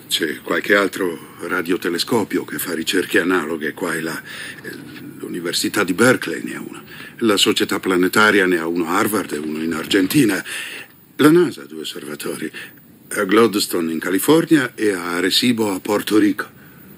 C'è qualche altro radiotelescopio che fa ricerche analoghe qua e là. L'Università di Berkeley ne ha una. La Società Planetaria ne ha uno a Harvard e uno in Argentina. La NASA ha 2 osservatori. A Gladstone in California e a Arecibo a Porto Rico.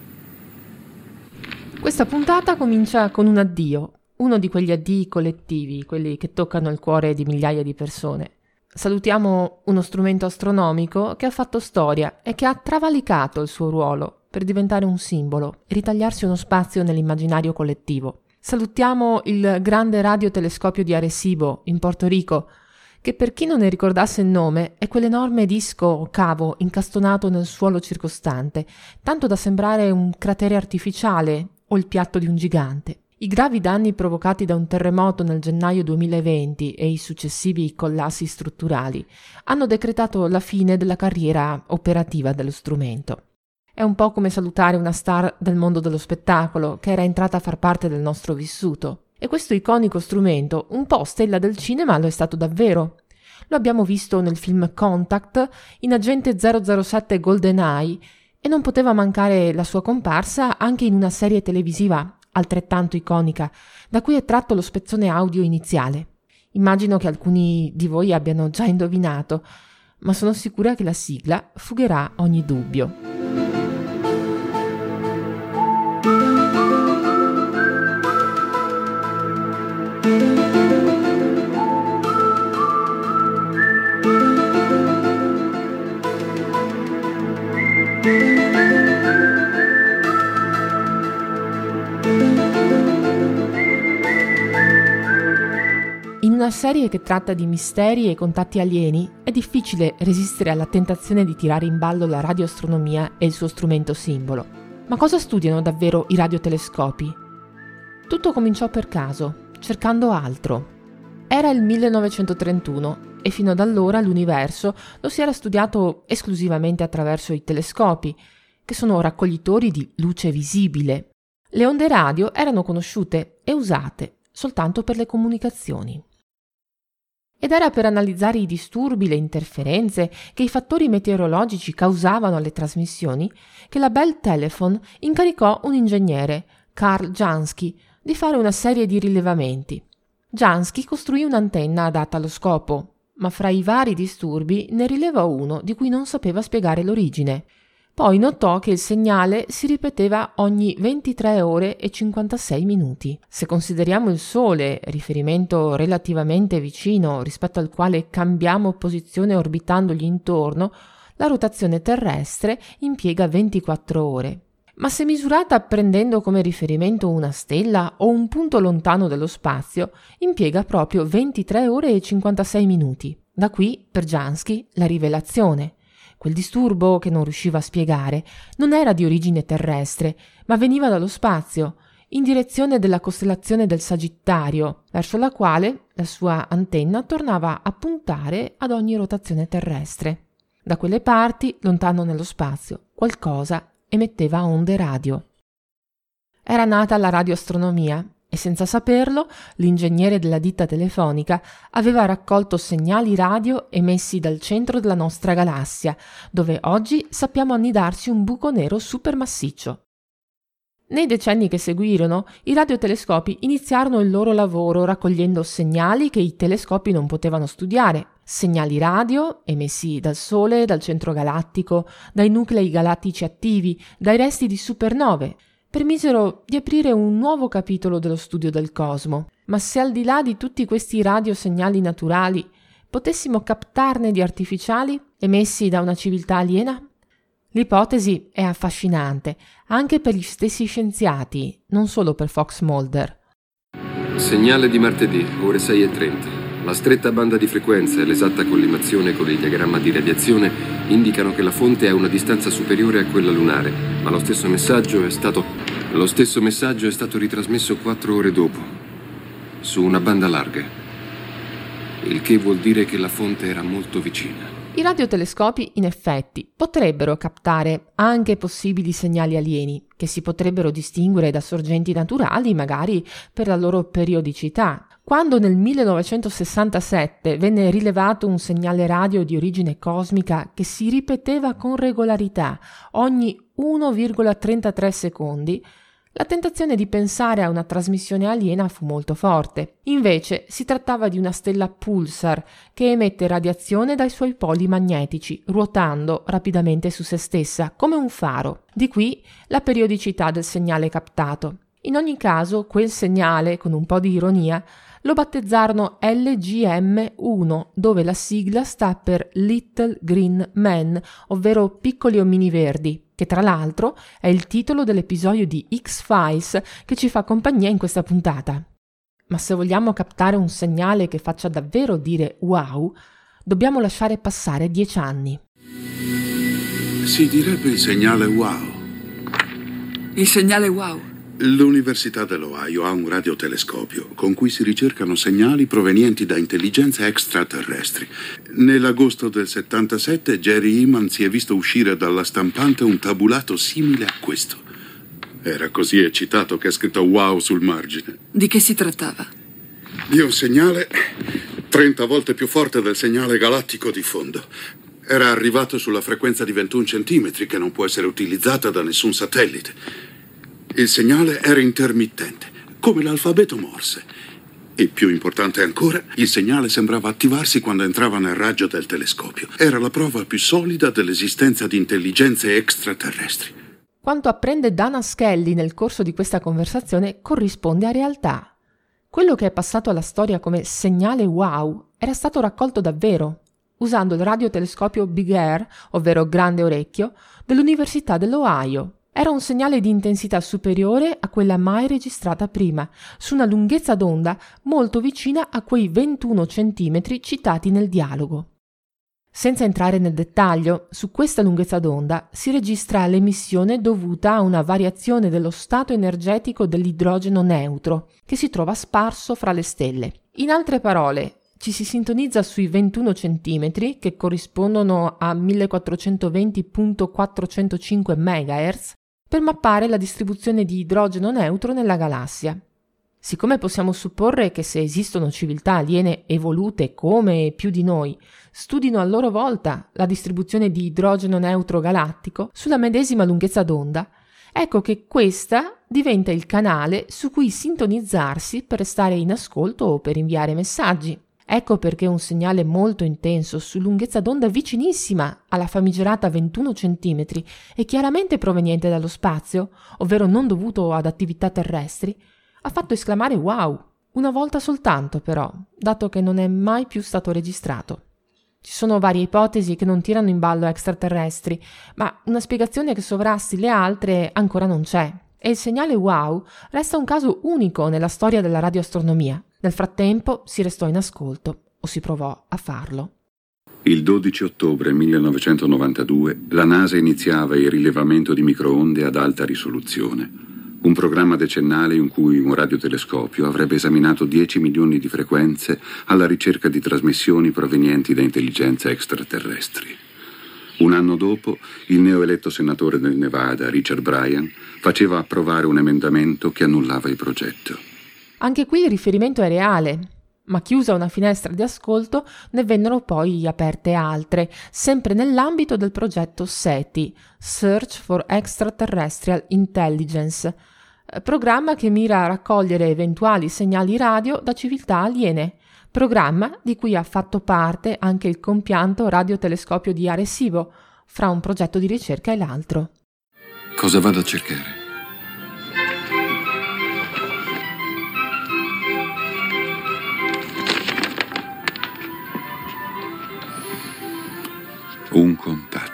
Questa puntata comincia con un addio, uno di quegli addii collettivi, quelli che toccano il cuore di migliaia di persone. Salutiamo uno strumento astronomico che ha fatto storia e che ha travalicato il suo ruolo per diventare un simbolo e ritagliarsi uno spazio nell'immaginario collettivo. Salutiamo il grande radiotelescopio di Arecibo, in Porto Rico, che per chi non ne ricordasse il nome è quell'enorme disco o cavo incastonato nel suolo circostante, tanto da sembrare un cratere artificiale o il piatto di un gigante. I gravi danni provocati da un terremoto nel gennaio 2020 e i successivi collassi strutturali hanno decretato la fine della carriera operativa dello strumento. È un po' come salutare una star del mondo dello spettacolo che era entrata a far parte del nostro vissuto. E questo iconico strumento, un po' stella del cinema, lo è stato davvero. Lo abbiamo visto nel film Contact, in Agente 007 GoldenEye, e non poteva mancare la sua comparsa anche in una serie televisiva altrettanto iconica, da cui è tratto lo spezzone audio iniziale. Immagino che alcuni di voi abbiano già indovinato, ma sono sicura che la sigla fugherà ogni dubbio. In una serie che tratta di misteri e contatti alieni, è difficile resistere alla tentazione di tirare in ballo la radioastronomia e il suo strumento simbolo. Ma cosa studiano davvero i radiotelescopi? Tutto cominciò per caso, cercando altro. Era il 1931 e fino ad allora l'universo lo si era studiato esclusivamente attraverso i telescopi, che sono raccoglitori di luce visibile. Le onde radio erano conosciute e usate soltanto per le comunicazioni. Ed era per analizzare i disturbi, le interferenze che i fattori meteorologici causavano alle trasmissioni che la Bell Telephone incaricò un ingegnere, Karl Jansky, di fare una serie di rilevamenti. Jansky costruì un'antenna adatta allo scopo, ma fra i vari disturbi ne rilevò uno di cui non sapeva spiegare l'origine. Poi notò che il segnale si ripeteva ogni 23 ore e 56 minuti. Se consideriamo il Sole, riferimento relativamente vicino rispetto al quale cambiamo posizione orbitandogli intorno, la rotazione terrestre impiega 24 ore. Ma se misurata prendendo come riferimento una stella o un punto lontano dello spazio, impiega proprio 23 ore e 56 minuti. Da qui, per Jansky, la rivelazione. Quel disturbo, che non riusciva a spiegare, non era di origine terrestre, ma veniva dallo spazio, in direzione della costellazione del Sagittario, verso la quale la sua antenna tornava a puntare ad ogni rotazione terrestre. Da quelle parti, lontano nello spazio, qualcosa emetteva onde radio. Era nata la radioastronomia e senza saperlo l'ingegnere della ditta telefonica aveva raccolto segnali radio emessi dal centro della nostra galassia, dove oggi sappiamo annidarsi un buco nero supermassiccio. Nei decenni che seguirono, i radiotelescopi iniziarono il loro lavoro raccogliendo segnali che i telescopi non potevano studiare, segnali radio emessi dal Sole, dal centro galattico, dai nuclei galattici attivi, dai resti di supernove. Permisero di aprire un nuovo capitolo dello studio del cosmo. Ma se al di là di tutti questi radiosegnali naturali potessimo captarne di artificiali emessi da una civiltà aliena? L'ipotesi è affascinante, anche per gli stessi scienziati, non solo per Fox Mulder. Segnale di martedì, ore 6:30. La stretta banda di frequenza e l'esatta collimazione con il diagramma di radiazione indicano che la fonte è a una distanza superiore a quella lunare, ma lo stesso messaggio è stato ritrasmesso 4 ore dopo, su una banda larga, il che vuol dire che la fonte era molto vicina. I radiotelescopi, in effetti, potrebbero captare anche possibili segnali alieni, che si potrebbero distinguere da sorgenti naturali, magari per la loro periodicità, Quando nel 1967 venne rilevato un segnale radio di origine cosmica che si ripeteva con regolarità ogni 1,33 secondi, la tentazione di pensare a una trasmissione aliena fu molto forte. Invece si trattava di una stella pulsar che emette radiazione dai suoi poli magnetici, ruotando rapidamente su se stessa, come un faro. Di qui la periodicità del segnale captato. In ogni caso, quel segnale, con un po' di ironia, lo battezzarono LGM-1, dove la sigla sta per Little Green Men, ovvero piccoli omini verdi, che tra l'altro è il titolo dell'episodio di X-Files che ci fa compagnia in questa puntata. Ma se vogliamo captare un segnale che faccia davvero dire wow, dobbiamo lasciare passare 10 anni. Si direbbe il segnale wow. Il segnale wow. L'Università dell'Ohio ha un radiotelescopio con cui si ricercano segnali provenienti da intelligenze extraterrestri. Nell'agosto del 77 Jerry Eman si è visto uscire dalla stampante un tabulato simile a questo. Era così eccitato che ha scritto wow sul margine. Di che si trattava? Di un segnale 30 volte più forte del segnale galattico di fondo. Era arrivato sulla frequenza di 21 centimetri che non può essere utilizzata da nessun satellite. Il segnale era intermittente, come l'alfabeto Morse. E più importante ancora, il segnale sembrava attivarsi quando entrava nel raggio del telescopio. Era la prova più solida dell'esistenza di intelligenze extraterrestri. Quanto apprende Dana Skelly nel corso di questa conversazione corrisponde a realtà. Quello che è passato alla storia come segnale wow era stato raccolto davvero, usando il radiotelescopio Big Air, ovvero grande orecchio, dell'Università dell'Ohio. Era un segnale di intensità superiore a quella mai registrata prima, su una lunghezza d'onda molto vicina a quei 21 centimetri citati nel dialogo. Senza entrare nel dettaglio, su questa lunghezza d'onda si registra l'emissione dovuta a una variazione dello stato energetico dell'idrogeno neutro, che si trova sparso fra le stelle. In altre parole, ci si sintonizza sui 21 centimetri, che corrispondono a 1420.405 MHz, per mappare la distribuzione di idrogeno neutro nella galassia. Siccome possiamo supporre che se esistono civiltà aliene evolute come e più di noi, studino a loro volta la distribuzione di idrogeno neutro galattico sulla medesima lunghezza d'onda, ecco che questa diventa il canale su cui sintonizzarsi per restare in ascolto o per inviare messaggi. Ecco perché un segnale molto intenso su lunghezza d'onda vicinissima alla famigerata 21 cm e chiaramente proveniente dallo spazio, ovvero non dovuto ad attività terrestri, ha fatto esclamare wow, una volta soltanto però, dato che non è mai più stato registrato. Ci sono varie ipotesi che non tirano in ballo extraterrestri, ma una spiegazione che sovrasti le altre ancora non c'è. E il segnale wow resta un caso unico nella storia della radioastronomia. Nel frattempo si restò in ascolto o si provò a farlo. Il 12 ottobre 1992 la NASA iniziava il rilevamento di microonde ad alta risoluzione, un programma decennale in cui un radiotelescopio avrebbe esaminato 10 milioni di frequenze alla ricerca di trasmissioni provenienti da intelligenze extraterrestri. Un anno dopo, il neoeletto senatore del Nevada, Richard Bryan, faceva approvare un emendamento che annullava il progetto. Anche qui il riferimento è reale, ma chiusa una finestra di ascolto ne vennero poi aperte altre, sempre nell'ambito del progetto SETI, Search for Extraterrestrial Intelligence, programma che mira a raccogliere eventuali segnali radio da civiltà aliene, programma di cui ha fatto parte anche il compianto radiotelescopio di Arecibo, fra un progetto di ricerca e l'altro. Cosa vado a cercare? Un contatto.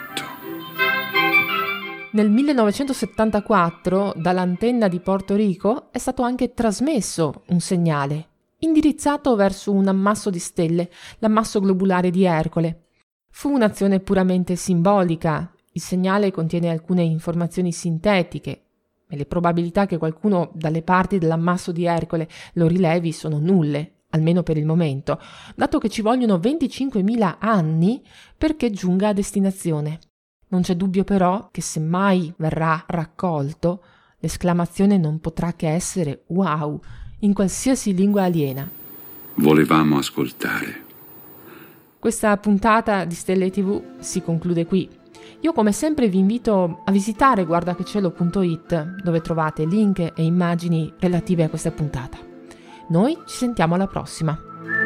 Nel 1974, dall'antenna di Porto Rico, è stato anche trasmesso un segnale, indirizzato verso un ammasso di stelle, l'ammasso globulare di Ercole. Fu un'azione puramente simbolica. Il segnale contiene alcune informazioni sintetiche e le probabilità che qualcuno dalle parti dell'ammasso di Ercole lo rilevi sono nulle, almeno per il momento, dato che ci vogliono 25.000 anni perché giunga a destinazione. Non c'è dubbio però che se mai verrà raccolto, l'esclamazione non potrà che essere wow in qualsiasi lingua aliena. volevamo ascoltare. Questa puntata di Stelle TV si conclude qui. Io come sempre vi invito a visitare guardachecielo.it, dove trovate link e immagini relative a questa puntata. Noi ci sentiamo alla prossima.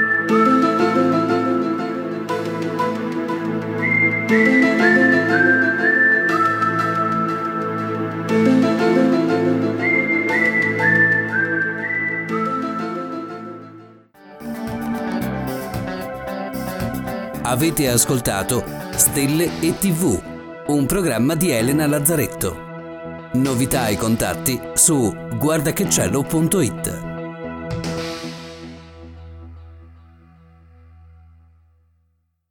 Avete ascoltato Stelle e TV, un programma di Elena Lazzaretto. Novità e contatti su guardachecielo.it.